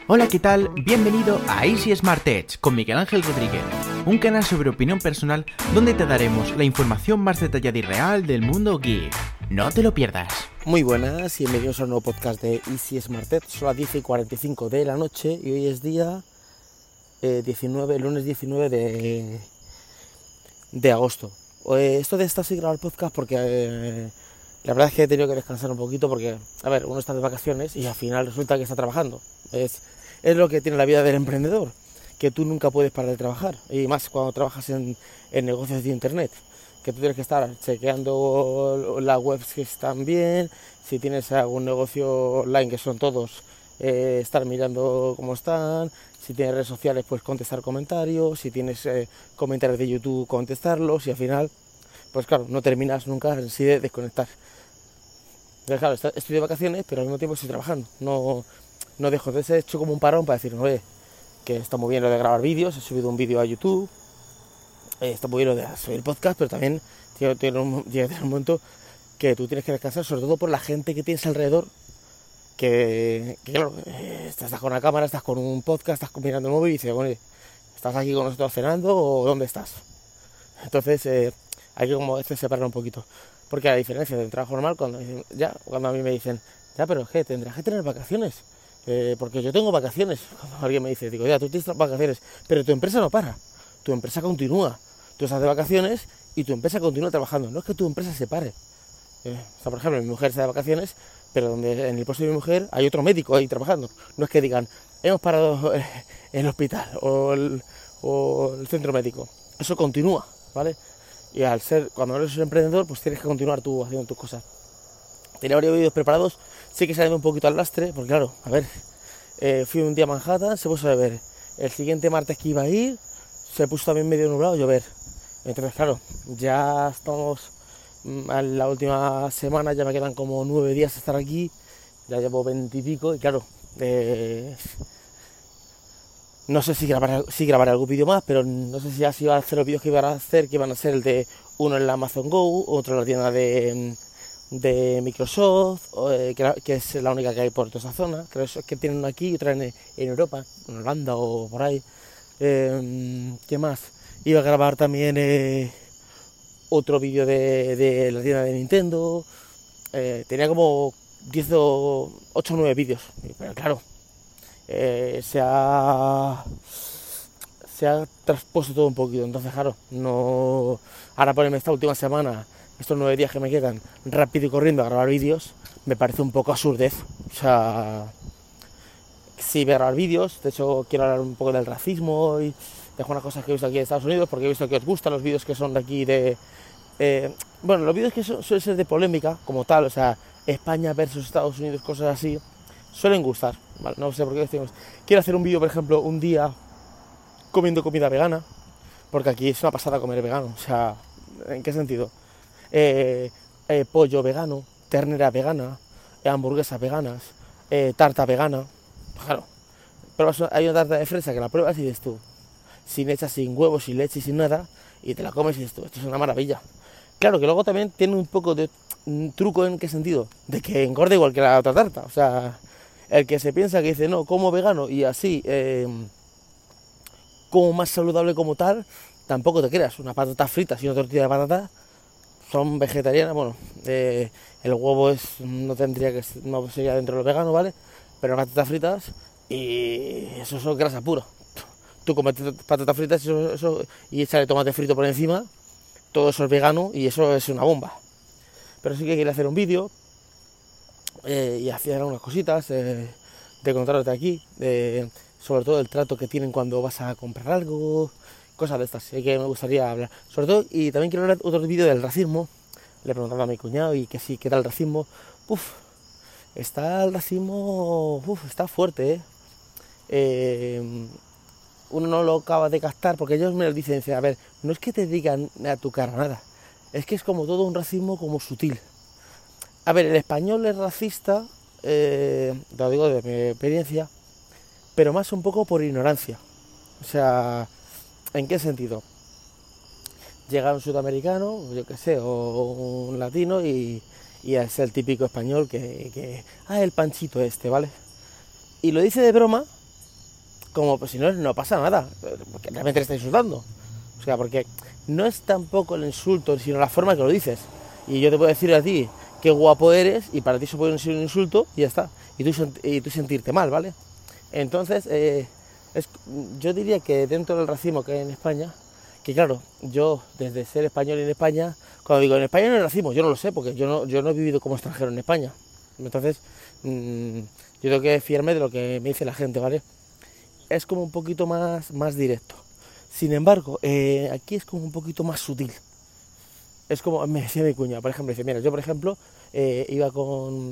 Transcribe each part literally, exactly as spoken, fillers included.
Hola, ¿qué tal? Bienvenido a Easy Smart Edge con Miguel Ángel Rodríguez, un canal sobre opinión personal donde te daremos la información más detallada y real del mundo geek. No te lo pierdas. Muy buenas y bienvenidos a un nuevo podcast de Easy Smart Edge. Son las diez y cuarenta y cinco de la noche y hoy es día eh, diecinueve, lunes diecinueve de, de agosto. Eh, esto de estar sin grabar podcast porque eh, la verdad es que he tenido que descansar un poquito porque, a ver, uno está de vacaciones y al final resulta que está trabajando. Es, es lo que tiene la vida del emprendedor, que tú nunca puedes parar de trabajar, y más cuando trabajas en, en negocios de internet, que tú tienes que estar chequeando las webs que están bien, si tienes algún negocio online, que son todos, eh, estar mirando cómo están, si tienes redes sociales, pues contestar comentarios, si tienes eh, comentarios de YouTube, contestarlos, y al final, pues claro, no terminas nunca en sí de desconectar. Entonces, claro, estoy de vacaciones, pero al mismo tiempo estoy trabajando, no, no dejo. Entonces he hecho como un parón para decir, oye, que está muy bien lo de grabar vídeos, he subido un vídeo a YouTube, eh, está muy bien lo de subir podcast, pero también tiene, tiene un, tiene un momento que tú tienes que descansar, sobre todo por la gente que tienes alrededor, que, que claro, eh, estás con una cámara, estás con un podcast, estás mirando el móvil y dices, bueno, ¿estás aquí con nosotros cenando o dónde estás? Entonces eh, hay que como este separar un poquito, porque a diferencia del trabajo normal, cuando, ya, cuando a mí me dicen, ya, pero es que tendrás que tener vacaciones, eh, porque yo tengo vacaciones. Cuando alguien me dice, digo, ya, tú tienes vacaciones, pero tu empresa no para, tu empresa continúa, tú estás de vacaciones y tu empresa continúa trabajando, no es que tu empresa se pare. Eh, o sea, por ejemplo, mi mujer está de vacaciones, pero donde en el puesto de mi mujer hay otro médico ahí trabajando. No es que digan, hemos parado el hospital o el, o el centro médico, eso continúa, ¿vale? Y al ser, cuando eres un emprendedor, pues tienes que continuar tú haciendo tus cosas. Tenía varios vídeos preparados, sí que saliendo un poquito al lastre, porque claro, a ver, eh, fui un día a Manhattan, se puso a llover. El siguiente martes que iba a ir, se puso también medio nublado a llover. Entonces, claro, ya estamos en la última semana, ya me quedan como nueve días de estar aquí, ya llevo veintipico y claro, eh, no sé si grabaré, si grabaré algún vídeo más, pero no sé si ya si iba a hacer los vídeos que iban a hacer, que iban a ser el de uno en la Amazon Go, otro en la tienda de, de Microsoft, eh, que, que es la única que hay por toda esa zona. Creo que tienen una aquí y otra en, en Europa, en Holanda o por ahí. Eh, ¿Qué más? Iba a grabar también eh, otro vídeo de, de la tienda de Nintendo. Eh, tenía como diez o ocho o nueve vídeos, pero claro, Eh, se ha se ha traspuesto todo un poquito. Entonces, claro, no ahora ponerme esta última semana, estos nueve días que me quedan, rápido y corriendo a grabar vídeos, me parece un poco absurdez. O sea, sí voy a grabar vídeos, de hecho quiero hablar un poco del racismo y de algunas cosas que he visto aquí en Estados Unidos, porque he visto que os gustan los vídeos que son de aquí de eh, bueno, los vídeos que son, suelen ser de polémica como tal, o sea, España versus Estados Unidos, cosas así, suelen gustar, ¿vale? No sé por qué decimos. Quiero hacer un vídeo, por ejemplo, un día comiendo comida vegana, porque aquí es una pasada comer vegano. O sea, ¿en qué sentido? Eh, eh, pollo vegano, ternera vegana, eh, hamburguesas veganas, eh, tarta vegana. Claro, pero hay una tarta de fresa que la pruebas y dices tú, sin hecha, sin huevos, sin leche y sin nada, y te la comes y dices tú, esto es una maravilla. Claro que luego también tiene un poco de un truco. ¿En qué sentido? De que engorde igual que la otra tarta. O sea, el que se piensa que dice, no, como vegano y así, eh, como más saludable como tal, tampoco te creas. Una patata frita y una tortilla de patata son vegetarianas. Bueno, eh, el huevo es no tendría que no sería dentro de lo vegano, ¿vale? Pero patatas fritas y eso es grasa pura. Tú comes patatas fritas y, eso, eso, y échale tomate frito por encima, todo eso es vegano y eso es una bomba. Pero sí que quería hacer un vídeo eh, y hacer algunas cositas, eh, de contarles aquí, eh, sobre todo el trato que tienen cuando vas a comprar algo, cosas de estas, sí que me gustaría hablar. Sobre todo, y también quiero hablar otro vídeo del racismo. Le he preguntado a mi cuñado y que sí, ¿qué tal el racismo? Uf, está el racismo, uf, está fuerte, eh. eh uno no lo acaba de captar porque ellos me lo dicen, a ver, no es que te digan a tu cara nada, es que es como todo un racismo como sutil. A ver, el español es racista, eh, te lo digo de mi experiencia, pero más un poco por ignorancia. O sea, ¿en qué sentido? Llega un sudamericano, yo qué sé, o un latino y, y es el típico español que, que, ah, el panchito este, ¿vale? Y lo dice de broma, como pues, si no, no pasa nada, porque realmente le está insultando. O sea, porque no es tampoco el insulto, sino la forma que lo dices. Y yo te puedo decir a ti qué guapo eres, y para ti eso puede ser un insulto, y ya está. Y tú, y tú sentirte mal, ¿vale? Entonces, eh, es, yo diría que dentro del racismo que hay en España, que claro, yo desde ser español en España, cuando digo en España no hay racismo, yo no lo sé, porque yo no, yo no he vivido como extranjero en España. Entonces, mmm, yo tengo que fiarme de lo que me dice la gente, ¿vale? Es como un poquito más, más directo. Sin embargo, eh, aquí es como un poquito más sutil. Es como, me decía mi cuña, por ejemplo, dice, mira, yo por ejemplo, eh, iba con,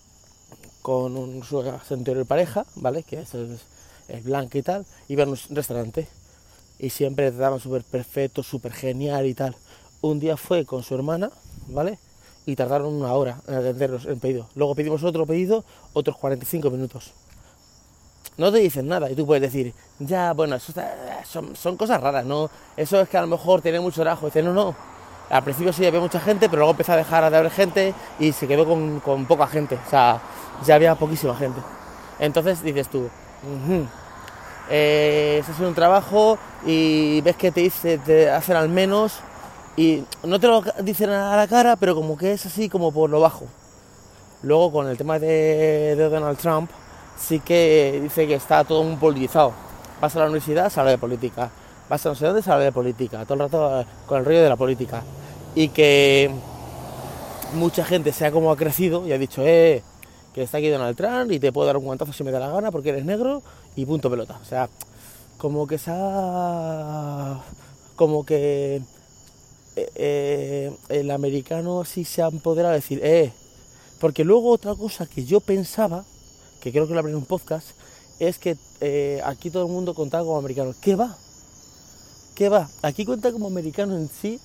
con un, su anterior pareja, ¿vale? Que es el, el blanco y tal, iba a un restaurante y siempre le trataban súper perfecto, súper genial y tal. Un día fue con su hermana, ¿vale? Y tardaron una hora en atendernos el pedido. Luego pedimos otro pedido, otros cuarenta y cinco minutos. No te dicen nada y tú puedes decir, ya, bueno, eso está, son, son cosas raras, ¿no? Eso es que a lo mejor tiene mucho trabajo. Dice, no, no, al principio sí había mucha gente, pero luego empezó a dejar de haber gente y se quedó con, con poca gente. O sea, ya había poquísima gente. Entonces dices tú, uh-huh, eh, estás haciendo un trabajo y ves que te, dice, te hacen al menos y no te lo dicen a la cara, pero como que es así como por lo bajo. Luego con el tema de, de Donald Trump, sí que dice que está todo muy politizado. Vas a la universidad, se habla de política. Vas a no sé dónde, se habla de política. Todo el rato con el rollo de la política. Y que mucha gente se ha como ha crecido y ha dicho, eh, que está aquí Donald Trump y te puedo dar un guantazo si me da la gana porque eres negro y punto pelota. O sea, como que se ha... como que eh, eh, el americano sí se ha empoderado a decir, eh, porque luego otra cosa que yo pensaba, que creo que lo hablé en un podcast, es que eh, aquí todo el mundo contaba como americano. ¿Qué va? ¿Qué va? Aquí cuenta como americano en sí.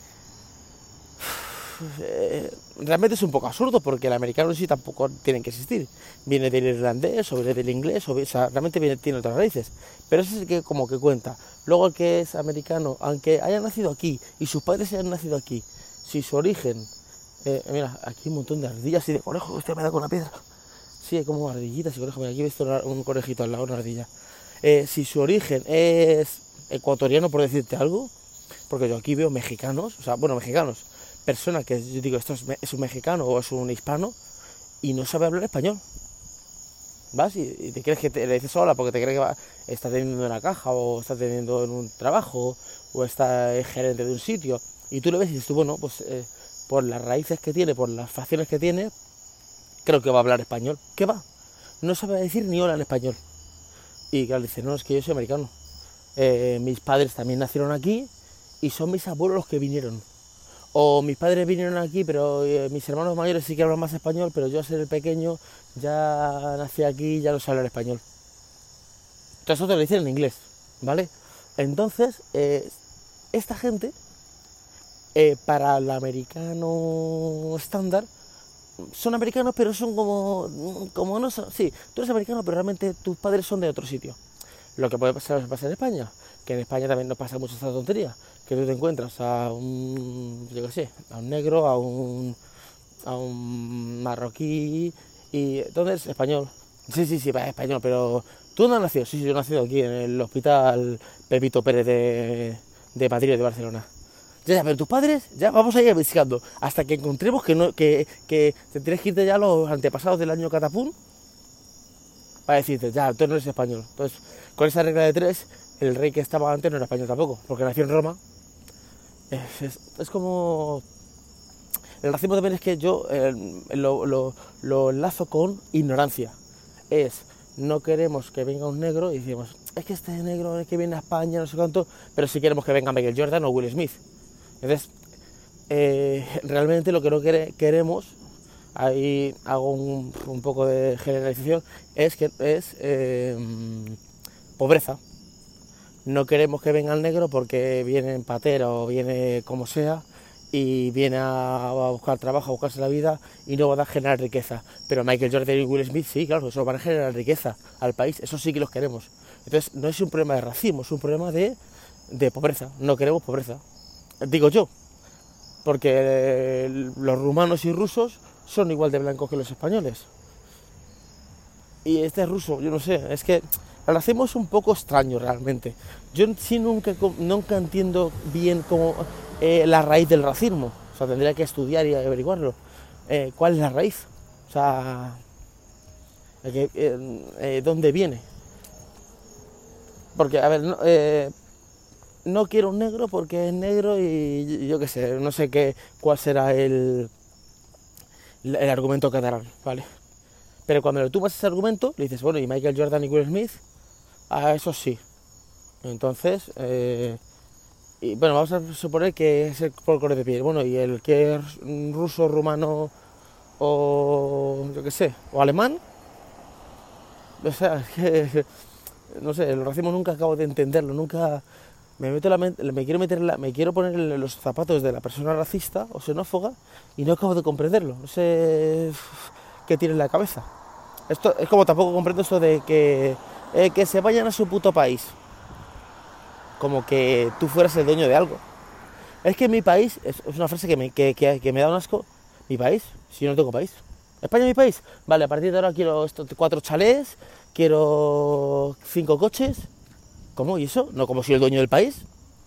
Eh, realmente es un poco absurdo porque el americano en sí tampoco tiene que existir. Viene del irlandés o viene del inglés, o, o sea, realmente viene, tiene otras raíces. Pero eso es el que como que cuenta. Luego el que es americano, aunque haya nacido aquí y sus padres hayan nacido aquí, si su origen... Eh, mira, aquí hay un montón de ardillas y de conejos. Usted me da con una piedra. Sí, hay como ardillitas y conejos. Mira, aquí he visto un conejito al lado, una ardilla. Eh, si su origen es ecuatoriano, por decirte algo, porque yo aquí veo mexicanos, o sea, bueno, mexicanos, personas que yo digo, esto es, es un mexicano o es un hispano y no sabe hablar español. Vas y, y te crees que te, le dices hola porque te crees que va, está teniendo una caja o está teniendo en un trabajo o está gerente de un sitio y tú lo ves y dices tú, bueno, pues eh, por las raíces que tiene, por las facciones que tiene, creo que va a hablar español. ¿Qué va? No sabe decir ni hola en español. Y claro, dice, no, es que yo soy americano. Eh, mis padres también nacieron aquí y son mis abuelos los que vinieron. O mis padres vinieron aquí, pero eh, mis hermanos mayores sí que hablan más español, pero yo, al ser el pequeño, ya nací aquí y ya no sé hablar español. Entonces eso te lo dicen en inglés, ¿vale? Entonces, eh, esta gente, eh, para el americano estándar, son americanos, pero son como, como no son, sí, tú eres americano, pero realmente tus padres son de otro sitio. Lo que puede pasar, pasa en España, que en España también nos pasa mucho esta tontería, que tú te encuentras a un, yo qué sé, a un negro, a un, a un marroquí, y entonces español. Sí, sí, sí, es español, pero ¿tú dónde has nacido? Sí, sí, yo he nacido aquí, en el hospital Pepito Pérez de, de Madrid, de Barcelona. Ya, ya, pero tus padres, ya vamos a ir investigando, hasta que encontremos que no, que, que te tienes que irte ya a los antepasados del año Catapún, para decirte, ya, tú no eres español. Entonces, con esa regla de tres, el rey que estaba antes no era español tampoco, porque nació en Roma. Es, es, es como... El racismo también es que yo eh, lo, lo, lo enlazo con ignorancia. Es, no queremos que venga un negro y decimos, es que este negro es que viene a España, no sé cuánto, pero sí queremos que venga Michael Jordan o Will Smith. Entonces, eh, realmente lo que no quere, queremos, ahí hago un, un poco de generalización, es que es eh, pobreza. No queremos que venga el negro porque viene en patera o viene como sea y viene a, a buscar trabajo, a buscarse la vida y no va a generar riqueza. Pero Michael Jordan y Will Smith sí, claro, eso van a generar riqueza al país, eso sí que los queremos. Entonces no es un problema de racismo, es un problema de, de pobreza, no queremos pobreza. Digo yo, porque los rumanos y rusos son igual de blancos que los españoles. Y este ruso, yo no sé, es que El racismo es un poco extraño realmente. Yo sí nunca, nunca entiendo bien cómo, eh, la raíz del racismo. O sea, tendría que estudiar y averiguarlo. Eh, ¿Cuál es la raíz? O sea, eh, eh, ¿dónde viene? Porque, a ver, no, eh, no quiero un negro porque es negro y yo qué sé, no sé qué, cuál será el, el argumento que darán, ¿vale? Pero cuando le tumbas ese argumento, le dices, bueno, y Michael Jordan y Will Smith, a eso sí. Entonces, eh, y bueno, vamos a suponer que es el por color de piel. Bueno, y el que es ruso, rumano o yo qué sé, o alemán, o sea, que, no sé, el racismo nunca acabo de entenderlo, nunca me meto la mente, me quiero meter la, me quiero poner en los zapatos de la persona racista o xenófoba y no acabo de comprenderlo, no sé qué tiene en la cabeza. Esto es como tampoco comprendo esto de que eh, que se vayan a su puto país, como que tú fueras el dueño de algo. Es que mi país, es, es una frase que me, que, que, que me da un asco. Mi país, si yo no tengo país. ¿España es mi país? Vale, a partir de ahora quiero estos cuatro chalés, quiero cinco coches. ¿Cómo? ¿Y eso? ¿No como si el dueño del país?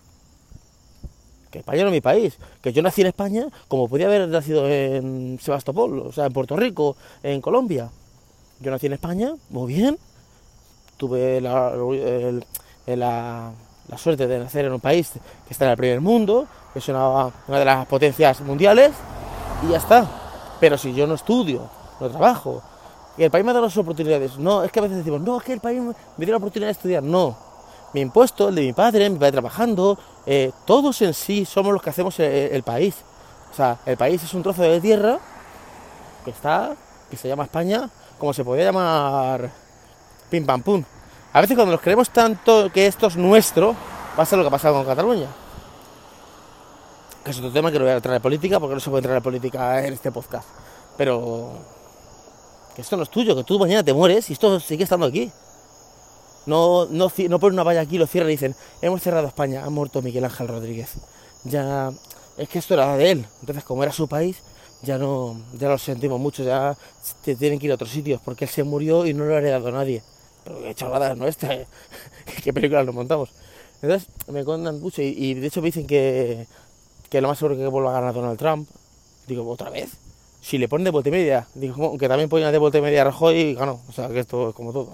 Que España no es mi país. Que yo nací en España como podía haber nacido en Sebastopol, o sea, en Puerto Rico, en Colombia. Yo nací en España, muy bien. Tuve la, el, la, la suerte de nacer en un país que está en el primer mundo, que es una, una de las potencias mundiales, y ya está. Pero si yo no estudio, no trabajo, y el país me da las oportunidades, no, es que a veces decimos, no, es que el país me dio la oportunidad de estudiar, no. Mi impuesto, el de mi padre, mi padre trabajando, eh, todos en sí somos los que hacemos el, el país. O sea, el país es un trozo de tierra que está, que se llama España, como se podría llamar pim pam pum. A veces cuando nos creemos tanto que esto es nuestro, pasa lo que ha pasado con Cataluña. Que es otro tema que no voy a entrar en política, porque no se puede entrar en política en este podcast. Pero que esto no es tuyo, que tú mañana te mueres y esto sigue estando aquí. No, no, no ponen una valla aquí, lo cierran y dicen, hemos cerrado España, ha muerto Miguel Ángel Rodríguez. Ya, es que esto era de él. Entonces, como era su país, ya no, ya lo sentimos mucho, ya te tienen que ir a otros sitios, porque él se murió y no lo ha heredado a nadie. Pero qué chavaladas, ¿no? Este, qué películas nos montamos. Entonces, me contan mucho y, y de hecho me dicen que, que lo más seguro es que vuelva a ganar Donald Trump. Digo, ¿otra vez? Si le ponen de vuelta y media, digo, que también ponen de vuelta y media a Rajoy y ganó. O sea, que esto es como todo.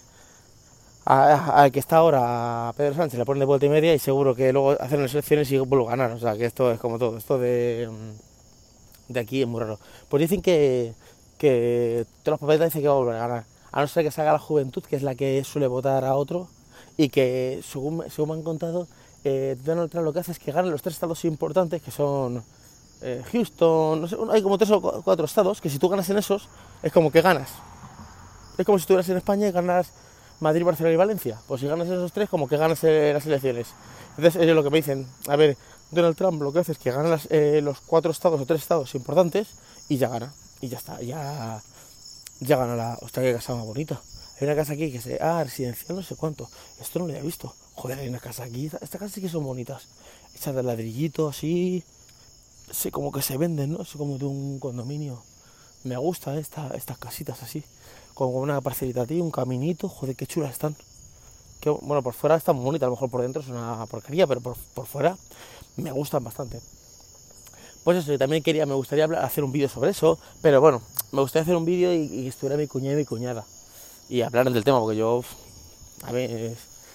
Al que está ahora, a Pedro Sánchez, le ponen de vuelta y media y seguro que luego hacen las elecciones y vuelvo a ganar. O sea, que esto es como todo. Esto de, de aquí es muy raro. Pues dicen que, que todos los papeles dicen que va a volver a ganar. A no ser que salga la juventud, que es la que suele votar a otro, y que, según, según me han contado, eh, Donald Trump lo que hace es que ganen los tres estados importantes, que son eh, Houston, no sé, hay como tres o cuatro estados, que si tú ganas en esos, es como que ganas. Es como si estuvieras en España y ganas Madrid, Barcelona y Valencia. Pues si ganas esos tres, como que ganas eh, las elecciones. Entonces ellos lo que me dicen, a ver, Donald Trump lo que hace es que gana las, eh, los cuatro estados o tres estados importantes y ya gana. Y ya está, ya... Ya gana la... Hostia, qué casa más bonita. Hay una casa aquí que se... Ah, residencial no sé cuánto. Esto no lo había visto. Joder, hay una casa aquí. Estas casas sí que son bonitas. Hechas de ladrillito, así... Sí, como que se venden, ¿no? Es como de un condominio. Me gusta esta, estas casitas así. Con una parcelita aquí, un caminito. Joder, qué chulas están. Que, bueno, por fuera están muy bonitas. A lo mejor por dentro es una porquería, pero por, por fuera me gustan bastante. Pues eso, yo también quería, me gustaría hablar, hacer un vídeo sobre eso, pero bueno, me gustaría hacer un vídeo y, y estuviera mi cuñada y mi cuñada y hablar del tema, porque yo, a ver,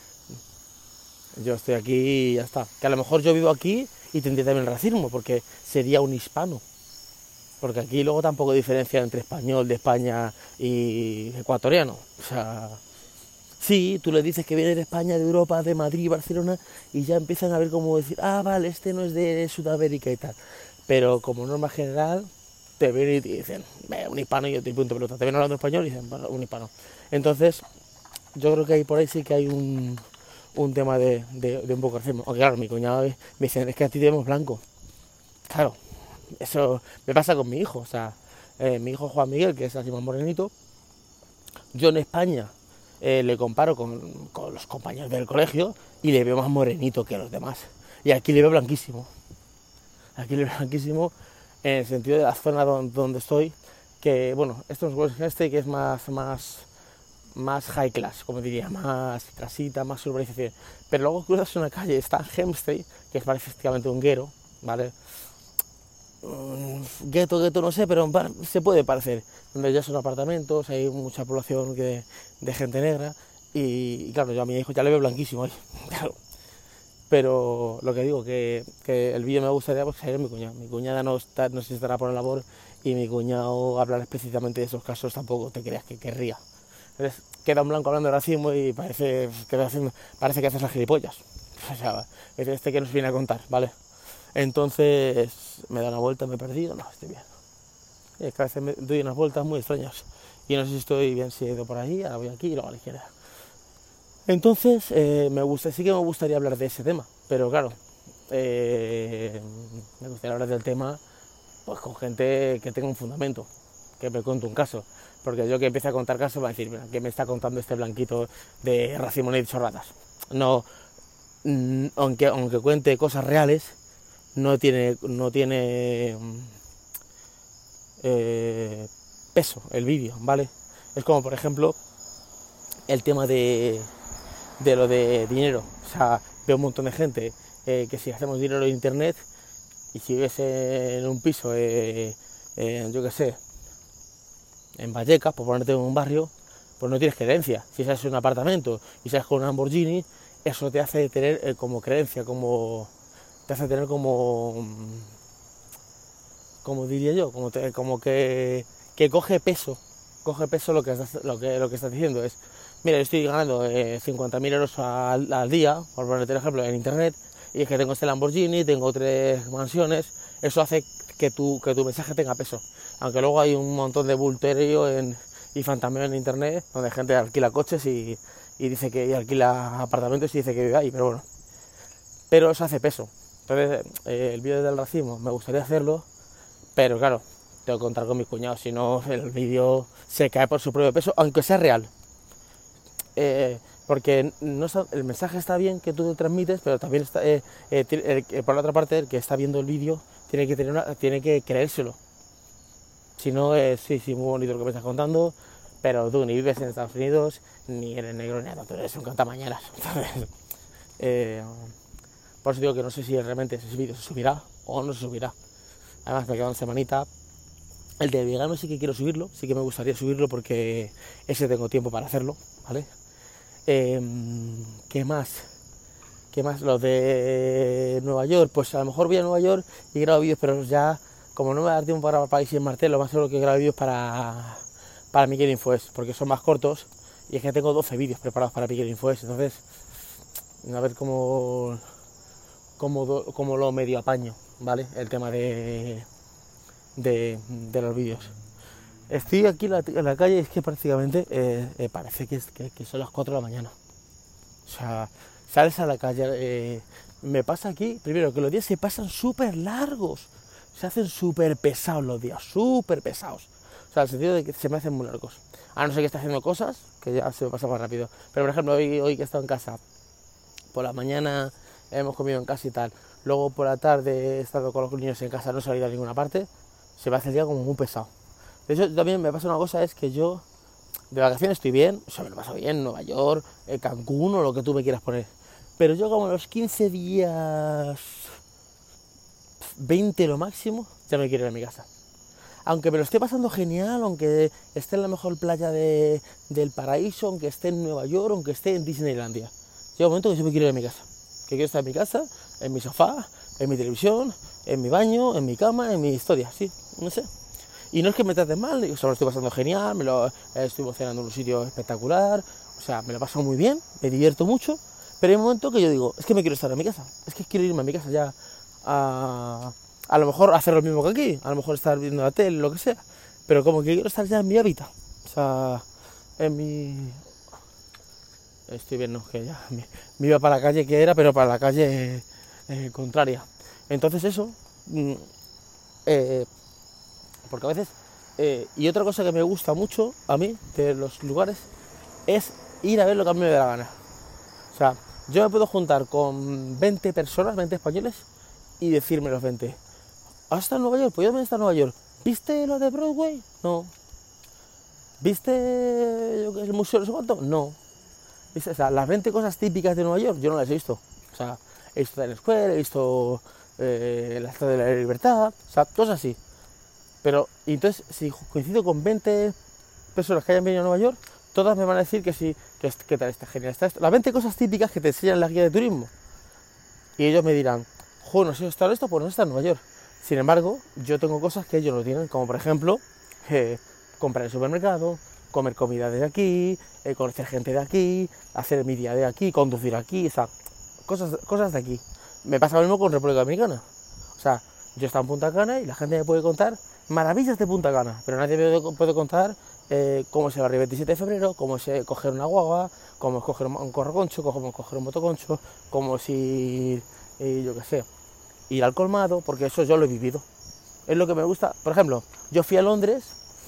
yo estoy aquí y ya está. Que a lo mejor yo vivo aquí y tendría también el racismo, porque sería un hispano, porque aquí luego tampoco hay diferencia entre español de España y ecuatoriano. O sea, sí, tú le dices que viene de España, de Europa, de Madrid, Barcelona, y ya empiezan a ver cómo decir, ah, vale, este no es de Sudamérica y tal. Pero como norma general, te vienen y te dicen, un hispano, y yo te punto pelota. Te vienen hablando español y dicen, bueno, un hispano. Entonces, yo creo que ahí por ahí sí que hay un, un tema de, de, de un poco racismo. Aunque claro, mi cuñado me dice, es que a ti te vemos blanco. Claro, eso me pasa con mi hijo. O sea, eh, mi hijo Juan Miguel, que es así más morenito, yo en España eh, le comparo con, con los compañeros del colegio y le veo más morenito que los demás. Y aquí le veo blanquísimo. Aquí le veo blanquísimo en el sentido de la zona donde, donde estoy, que bueno, esto es West Este, que es más, más, más high class, como diría, más casita, más urbanización. Pero luego cruzas una calle, está Hempstead, que es prácticamente un guero, ¿vale? Gueto, gueto, no sé, pero se puede parecer, donde ya son apartamentos, hay mucha población que, de gente negra, y, y claro, yo a mi hijo ya le veo blanquísimo ahí, claro. Pero lo que digo, que, que el vídeo me gustaría porque sería mi cuñada. Mi cuñada no, está, no sé si estará por la labor y mi cuñado hablar explícitamente de esos casos tampoco te creas que querría. Entonces queda un blanco hablando de racismo y parece que, haciendo, parece que haces las gilipollas. O sea, es este que nos viene a contar, ¿vale? Entonces me da una vuelta, me he perdido, no, estoy bien. Y cada vez me doy unas vueltas muy extrañas. Y no sé si estoy bien, si he ido por ahí, ahora voy aquí y luego a la izquierda. Entonces, eh, me gusta, sí que me gustaría hablar de ese tema, pero claro, eh, me gustaría hablar del tema pues con gente que tenga un fundamento, que me cuente un caso, porque yo que empiece a contar casos va a decir, mira, ¿qué me está contando este blanquito de racismo y chorradas? No, mm, aunque, aunque cuente cosas reales, no tiene, no tiene eh, peso el vídeo, ¿vale? Es como, por ejemplo, el tema de... de lo de dinero. O sea, veo un montón de gente eh, que si hacemos dinero en internet y si vives en un piso, eh, eh, yo qué sé, en Vallecas, por ponerte en un barrio, pues no tienes creencia. Si sales en un apartamento y sales con un Lamborghini, eso te hace tener eh, como creencia, como te hace tener como, como diría yo, como, te, como que, que coge peso, coge peso lo que estás, lo que, lo que estás diciendo es, mira, yo estoy ganando eh, cincuenta mil euros al, al día, por ponerte el ejemplo, en internet, y es que tengo este Lamborghini, tengo tres mansiones, eso hace que tu, que tu mensaje tenga peso. Aunque luego hay un montón de bulterio en, y fantameo en internet, donde gente alquila coches y, y dice que y alquila apartamentos y dice que vive ahí, pero bueno. Pero eso hace peso. Entonces, eh, el vídeo del racismo me gustaría hacerlo, pero claro, tengo que contar con mis cuñados, si no el vídeo se cae por su propio peso, aunque sea real. Eh, porque no está, el mensaje está bien que tú te transmites, pero también está, eh, eh, eh, por la otra parte el que está viendo el vídeo tiene que tener una, tiene que creérselo. Si no es sí, sí, muy bonito lo que me estás contando, pero tú ni vives en Estados Unidos, ni eres negro ni nada, tú eres un cantamañanas. eh, por eso digo que no sé si realmente ese vídeo se subirá o no se subirá. Además me queda una semanita. El de vegano sí que quiero subirlo, sí que me gustaría subirlo porque ese tengo tiempo para hacerlo, ¿vale? Eh, ¿Qué más? ¿Qué más? Lo de Nueva York, pues a lo mejor voy a Nueva York y grabo vídeos, pero ya, como no me va a dar tiempo para País y en Martel, lo más seguro que grabo vídeos para, para Miguel Infoes, porque son más cortos y es que tengo doce vídeos preparados para Miguel Infoes, entonces a ver cómo, cómo, cómo lo medio apaño, ¿vale? El tema de, de, de los vídeos. Estoy aquí en la, en la calle, es que prácticamente eh, eh, parece que, es, que, que son las cuatro de la mañana. O sea, sales a la calle, eh, me pasa aquí, primero que los días se pasan súper largos, se hacen súper pesados los días, súper pesados. O sea, en el sentido de que se me hacen muy largos. A no ser que esté haciendo cosas, que ya se me pasa más rápido. Pero por ejemplo, hoy, hoy que he estado en casa, por la mañana hemos comido en casa y tal, luego por la tarde he estado con los niños en casa, no he salido a ninguna parte, se me hace el día como muy pesado. De hecho, también me pasa una cosa, es que yo de vacaciones estoy bien, o sea, me lo paso bien, Nueva York, eh, Cancún o lo que tú me quieras poner. Pero yo como a los quince días, veinte lo máximo, ya me quiero ir a mi casa. Aunque me lo esté pasando genial, aunque esté en la mejor playa de, del paraíso, aunque esté en Nueva York, aunque esté en Disneylandia. Llega un momento que yo me quiero ir a mi casa. Que quiero estar en mi casa, en mi sofá, en mi televisión, en mi baño, en mi cama, en mi historia, sí, no sé. Y no es que me traten mal, o sea, me lo estoy pasando genial, me lo eh, estoy cenando en un sitio espectacular, o sea, me lo paso muy bien, me divierto mucho, pero hay un momento que yo digo, es que me quiero estar en mi casa, es que quiero irme a mi casa ya a, a lo mejor hacer lo mismo que aquí, a lo mejor estar viendo la tele, lo que sea, pero como que quiero estar ya en mi hábitat, o sea, en mi... Estoy viendo que ya me, me iba para la calle que era, pero para la calle eh, contraria. Entonces eso... Eh, porque a veces, eh, y otra cosa que me gusta mucho a mí de los lugares es ir a ver lo que a mí me da la gana. O sea, yo me puedo juntar con veinte personas, veinte españoles y decirme los veinte, ¿has estado en Nueva York? Pues yo también he estado en Nueva York. ¿Viste lo de Broadway? No. ¿viste yo, el museo no sé cuánto? No. ¿Viste? O sea, las veinte cosas típicas de Nueva York yo no las he visto. O sea, he visto Times Square, he visto eh, la Estatua de la Libertad, o sea, cosas así. Pero, y entonces, si coincido con veinte personas que hayan venido a Nueva York, todas me van a decir que sí, que, que tal está genial, está esto. Las veinte cosas típicas que te enseñan la guía de turismo. Y ellos me dirán, jo, no sé si está esto, pues no está en Nueva York. Sin embargo, yo tengo cosas que ellos no tienen, como por ejemplo, eh, comprar en el supermercado, comer comida de aquí, eh, conocer gente de aquí, hacer mi día de aquí, conducir aquí, o sea, cosas, cosas de aquí. Me pasa lo mismo con República Dominicana. O sea, yo estaba en Punta Cana y la gente me puede contar maravillas de Punta Cana, pero nadie me puede contar eh, cómo se va el veintisiete de febrero, cómo se coger una guagua, cómo es coger un corroconcho, cómo es coger un motoconcho, cómo es ir, eh, yo qué sé, ir al colmado, porque eso yo lo he vivido. Es lo que me gusta. Por ejemplo, yo fui a Londres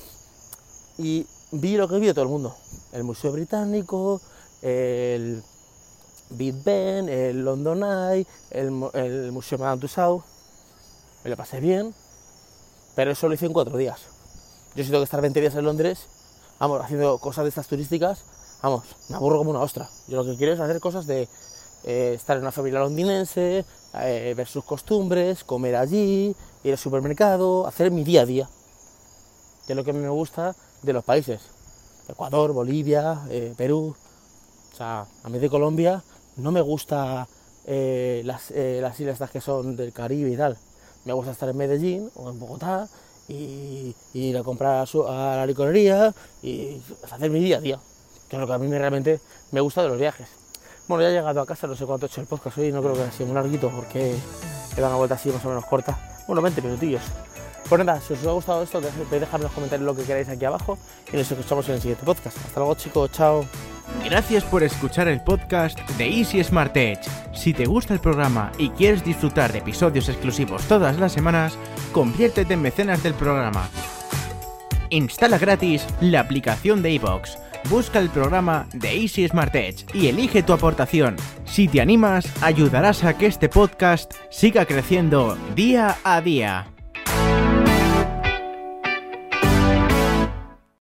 y vi lo que vio todo el mundo. El Museo Británico, el Big Ben, el London Eye, el, el Museo Madame Tussauds. Me lo pasé bien, pero eso lo hice en cuatro días. Yo si tengo que estar veinte días en Londres, vamos, haciendo cosas de estas turísticas, vamos, me aburro como una ostra. Yo lo que quiero es hacer cosas de eh, estar en una familia londinense, eh, ver sus costumbres, comer allí, ir al supermercado, hacer mi día a día. Que es lo que a mí me gusta de los países. Ecuador, Bolivia, eh, Perú. O sea, a mí de Colombia no me gusta eh, las, eh, las islas estas que son del Caribe y tal. Me gusta estar en Medellín o en Bogotá y, y ir a comprar a, su, a la licorería y hacer mi día a día, que es lo que a mí realmente me gusta de los viajes. Bueno, ya he llegado a casa, no sé cuánto he hecho el podcast hoy, no creo que haya sido muy larguito porque he dado una vuelta así más o menos corta. Bueno, veinte minutillos. Pues nada, si os ha gustado esto, dejadme en los comentarios lo que queráis aquí abajo y nos escuchamos en el siguiente podcast. Hasta luego, chicos, chao. Gracias por escuchar el podcast de Easy Smart Edge. Si te gusta el programa y quieres disfrutar de episodios exclusivos todas las semanas, conviértete en mecenas del programa. Instala gratis la aplicación de iVoox. Busca el programa de Easy Smart Edge y elige tu aportación. Si te animas, ayudarás a que este podcast siga creciendo día a día.